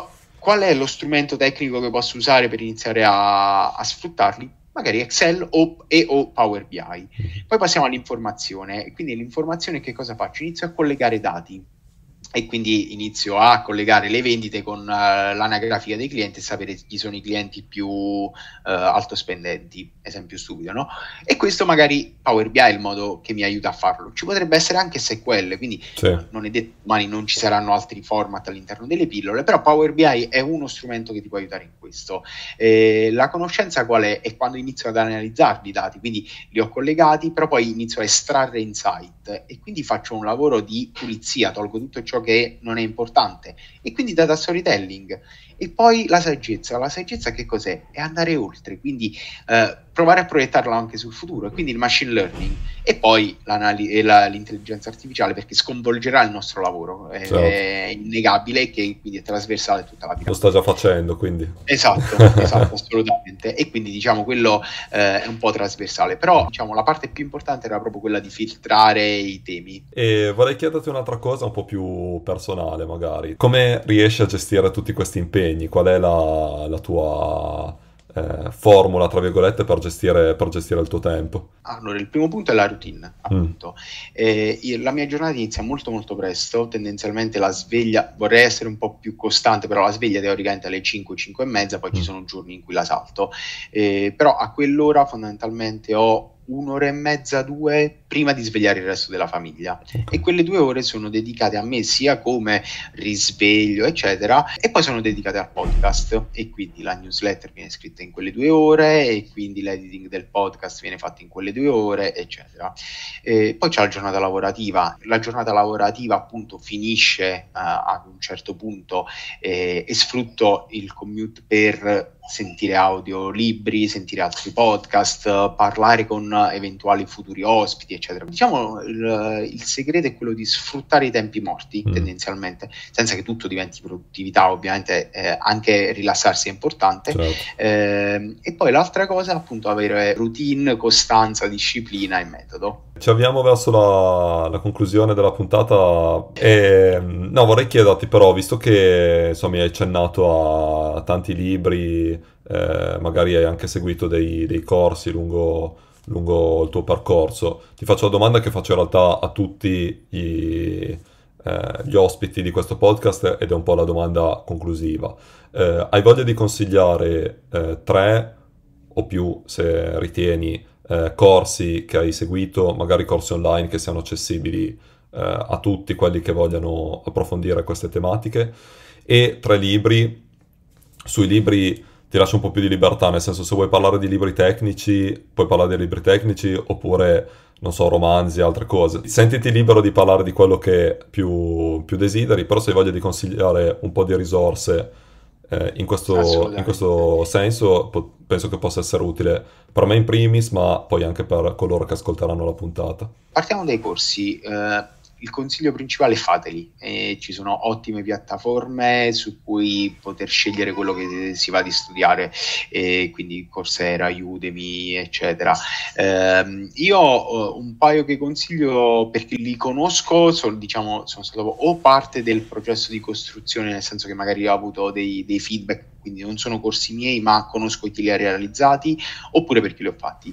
qual è lo strumento tecnico che posso usare per iniziare a, a sfruttarli? Magari Excel o, e o Power B I. Poi passiamo all'informazione, e quindi l'informazione che cosa faccio? Inizio a collegare dati e quindi inizio a collegare le vendite con uh, l'anagrafica dei clienti e sapere chi sono i clienti più uh, alto spendenti, esempio stupido, no? E questo magari Power B I è il modo che mi aiuta a farlo. Ci potrebbe essere anche S Q L, quindi sì. Non è detto domani non ci saranno altri format all'interno delle pillole, però Power B I è uno strumento che ti può aiutare in questo. Eh, la conoscenza qual è? È quando inizio ad analizzarli i dati, quindi li ho collegati, però poi inizio a estrarre insight e quindi faccio un lavoro di pulizia, tolgo tutto ciò che non è importante e quindi data storytelling. E poi la saggezza, la saggezza che cos'è? È andare oltre, quindi eh, provare a proiettarla anche sul futuro, e quindi il machine learning e poi e la, l'intelligenza artificiale, perché sconvolgerà il nostro lavoro, è, certo. È innegabile, che quindi è trasversale tutta la vita. Lo sta già facendo, quindi. Esatto, esatto, assolutamente, e quindi diciamo quello eh, è un po' trasversale, però diciamo la parte più importante era proprio quella di filtrare i temi. E vorrei chiederti un'altra cosa un po' più personale magari, come riesci a gestire tutti questi impegni? Qual è la, la tua eh, formula, tra virgolette, per gestire, per gestire il tuo tempo? Allora, il primo punto è la routine, appunto. Mm. Eh, io, la mia giornata inizia molto molto presto, tendenzialmente la sveglia, vorrei essere un po' più costante, però la sveglia teoricamente alle cinque, cinque e mezza, poi mm. ci sono giorni in cui la salto, eh, però a quell'ora fondamentalmente ho un'ora e mezza, due prima di svegliare il resto della famiglia, okay. E quelle due ore sono dedicate a me sia come risveglio eccetera, e poi sono dedicate al podcast, e quindi la newsletter viene scritta in quelle due ore e quindi l'editing del podcast viene fatto in quelle due ore eccetera. E poi c'è la giornata lavorativa, la giornata lavorativa appunto finisce uh, ad un certo punto eh, e sfrutto il commute per sentire audiolibri, sentire altri podcast, parlare con eventuali futuri ospiti, eccetera. Diciamo il, il segreto è quello di sfruttare i tempi morti, mm. tendenzialmente, senza che tutto diventi produttività, ovviamente eh, anche rilassarsi è importante. Certo. Eh, e poi l'altra cosa, appunto, avere routine, costanza, disciplina e metodo. Ci avviamo verso la, la conclusione della puntata e no, vorrei chiederti però, visto che insomma mi hai accennato a tanti libri, eh, magari hai anche seguito dei, dei corsi lungo, lungo il tuo percorso, ti faccio la domanda che faccio in realtà a tutti i, eh, gli ospiti di questo podcast ed è un po' la domanda conclusiva. Eh, hai voglia di consigliare eh, tre o più, se ritieni, Eh, corsi che hai seguito, magari corsi online che siano accessibili eh, a tutti quelli che vogliano approfondire queste tematiche, e tre libri. Sui libri ti lascio un po' più di libertà, nel senso, se vuoi parlare di libri tecnici puoi parlare di libri tecnici, oppure non so, romanzi, altre cose. Sentiti libero di parlare di quello che più, più desideri, però se hai voglia di consigliare un po' di risorse Eh, in, questo, in questo senso po- penso che possa essere utile per me in primis, ma poi anche per coloro che ascolteranno la puntata. Partiamo dai corsi. Eh, il consiglio principale è fateli, eh, ci sono ottime piattaforme su cui poter scegliere quello che si va di studiare, eh, quindi Coursera, Udemy eccetera. Eh, io ho un paio che consiglio perché li conosco, sono, diciamo, sono stato o parte del processo di costruzione, nel senso che magari ho avuto dei, dei feedback, quindi non sono corsi miei ma conosco chi li ha realizzati, oppure perché li ho fatti.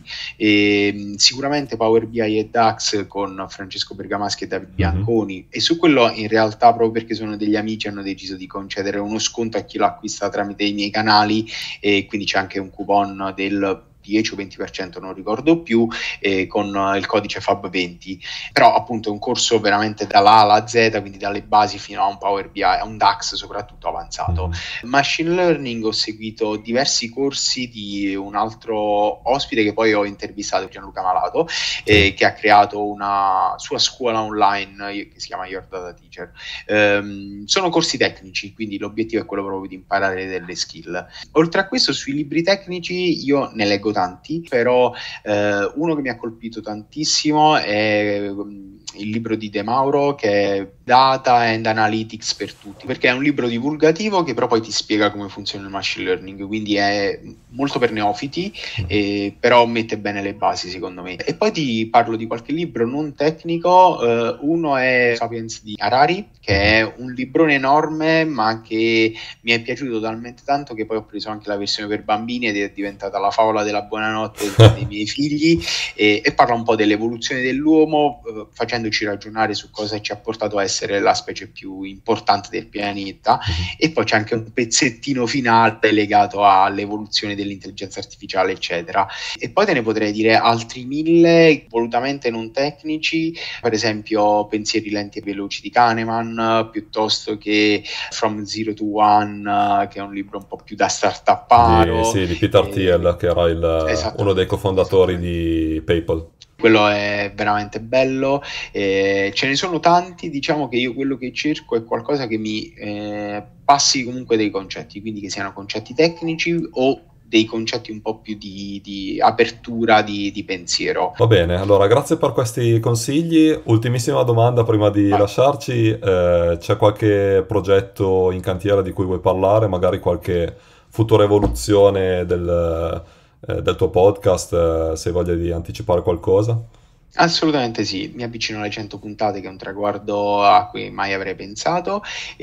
E, sicuramente Power B I e DAX con Francesco Bergamaschi e David Bianconi, mm-hmm. e su quello in realtà proprio perché sono degli amici hanno deciso di concedere uno sconto a chi lo acquista tramite i miei canali, e quindi c'è anche un coupon del dieci o venti per cento, non ricordo più, eh, con il codice F A B venti, però appunto è un corso veramente dall'A alla Z, quindi dalle basi fino a un Power B I, a un DAX soprattutto avanzato. Mm. Machine Learning ho seguito diversi corsi di un altro ospite che poi ho intervistato, Gianluca Malato, eh, che ha creato una sua scuola online che si chiama Your Data Teacher. Um, sono corsi tecnici, quindi l'obiettivo è quello proprio di imparare delle skill. Oltre a questo, sui libri tecnici io ne leggo tanti, però eh, uno che mi ha colpito tantissimo è um, il libro di De Mauro, che Data and Analytics per tutti, perché è un libro divulgativo che però poi ti spiega come funziona il machine learning, quindi è molto per neofiti, eh, però mette bene le basi secondo me. E poi ti parlo di qualche libro non tecnico, eh, uno è Sapiens di Harari, che è un librone enorme ma che mi è piaciuto talmente tanto che poi ho preso anche la versione per bambini ed è diventata la favola della buonanotte dei miei figli, e, e parla un po' dell'evoluzione dell'uomo, eh, facendoci ragionare su cosa ci ha portato a essere la specie più importante del pianeta, e poi c'è anche un pezzettino finale legato all'evoluzione dell'intelligenza artificiale eccetera. E poi te ne potrei dire altri mille volutamente non tecnici, per esempio Pensieri lenti e veloci di Kahneman, piuttosto che From Zero to One, che è un libro un po' più da startuparo, di, sì, di Peter e... Thiel, che era il, uno dei cofondatori di PayPal. Quello è veramente bello, eh, ce ne sono tanti. Diciamo che io quello che cerco è qualcosa che mi eh, passi comunque dei concetti, quindi che siano concetti tecnici o dei concetti un po' più di, di apertura di, di pensiero. Va bene, allora grazie per questi consigli. Ultimissima domanda prima di Vai. lasciarci, eh, c'è qualche progetto in cantiere di cui vuoi parlare, magari qualche futura evoluzione del, eh, del tuo podcast, eh, se hai voglia di anticipare qualcosa? Assolutamente sì, mi avvicino alle cento puntate, che è un traguardo a cui mai avrei pensato,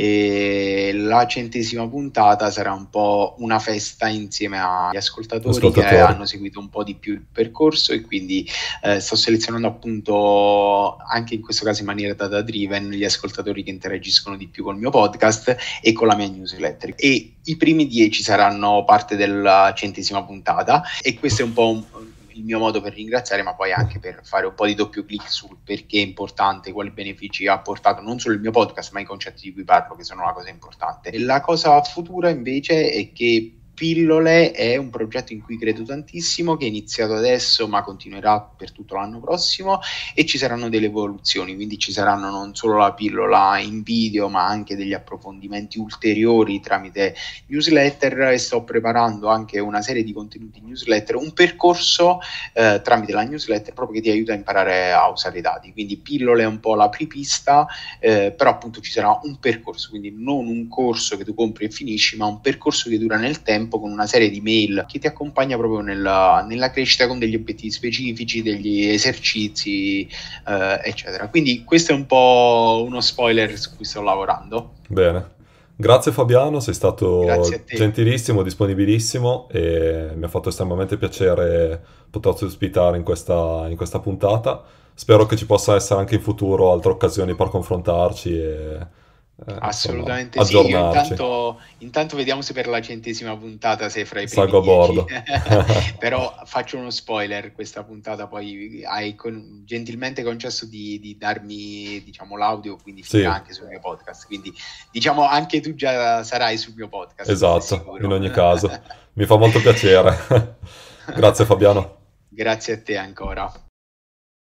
e la centesima puntata sarà un po' una festa insieme agli ascoltatori, Ascoltatori. che hanno seguito un po' di più il percorso, e quindi eh, sto selezionando appunto, anche in questo caso in maniera data driven, gli ascoltatori che interagiscono di più col mio podcast e con la mia newsletter, e i primi dieci saranno parte della centesima puntata, e questo è un po' un il mio modo per ringraziare, ma poi anche per fare un po' di doppio clic sul perché è importante, quali benefici ha portato non solo il mio podcast, ma i concetti di cui parlo, che sono una cosa importante. E la cosa futura invece è che Pillole è un progetto in cui credo tantissimo, che è iniziato adesso ma continuerà per tutto l'anno prossimo, e ci saranno delle evoluzioni, quindi ci saranno non solo la pillola in video ma anche degli approfondimenti ulteriori tramite newsletter, e sto preparando anche una serie di contenuti newsletter, un percorso eh, tramite la newsletter proprio che ti aiuta a imparare a usare i dati. Quindi Pillole è un po' la apripista, eh, però appunto ci sarà un percorso, quindi non un corso che tu compri e finisci, ma un percorso che dura nel tempo, con una serie di mail che ti accompagna proprio nella, nella crescita, con degli obiettivi specifici, degli esercizi eh, eccetera. Quindi questo è un po' uno spoiler su cui sto lavorando. Bene, grazie Fabiano, sei Grazie a stato te. gentilissimo, disponibilissimo, e mi ha fatto estremamente piacere poterti ospitare in questa, in questa puntata. Spero che ci possa essere anche in futuro altre occasioni per confrontarci e eh, insomma, Assolutamente sì, io aggiornarci. intanto, intanto vediamo se per la centesima puntata sei fra i primi Salgo a dieci, bordo. però faccio uno spoiler: questa puntata poi hai con- gentilmente concesso di, di darmi, diciamo, l'audio, quindi Sì, finirà anche sul mio podcast, quindi diciamo anche tu già sarai sul mio podcast, questo è esatto, sicuro. in ogni caso. Mi fa molto piacere. Grazie Fabiano. Grazie a te ancora.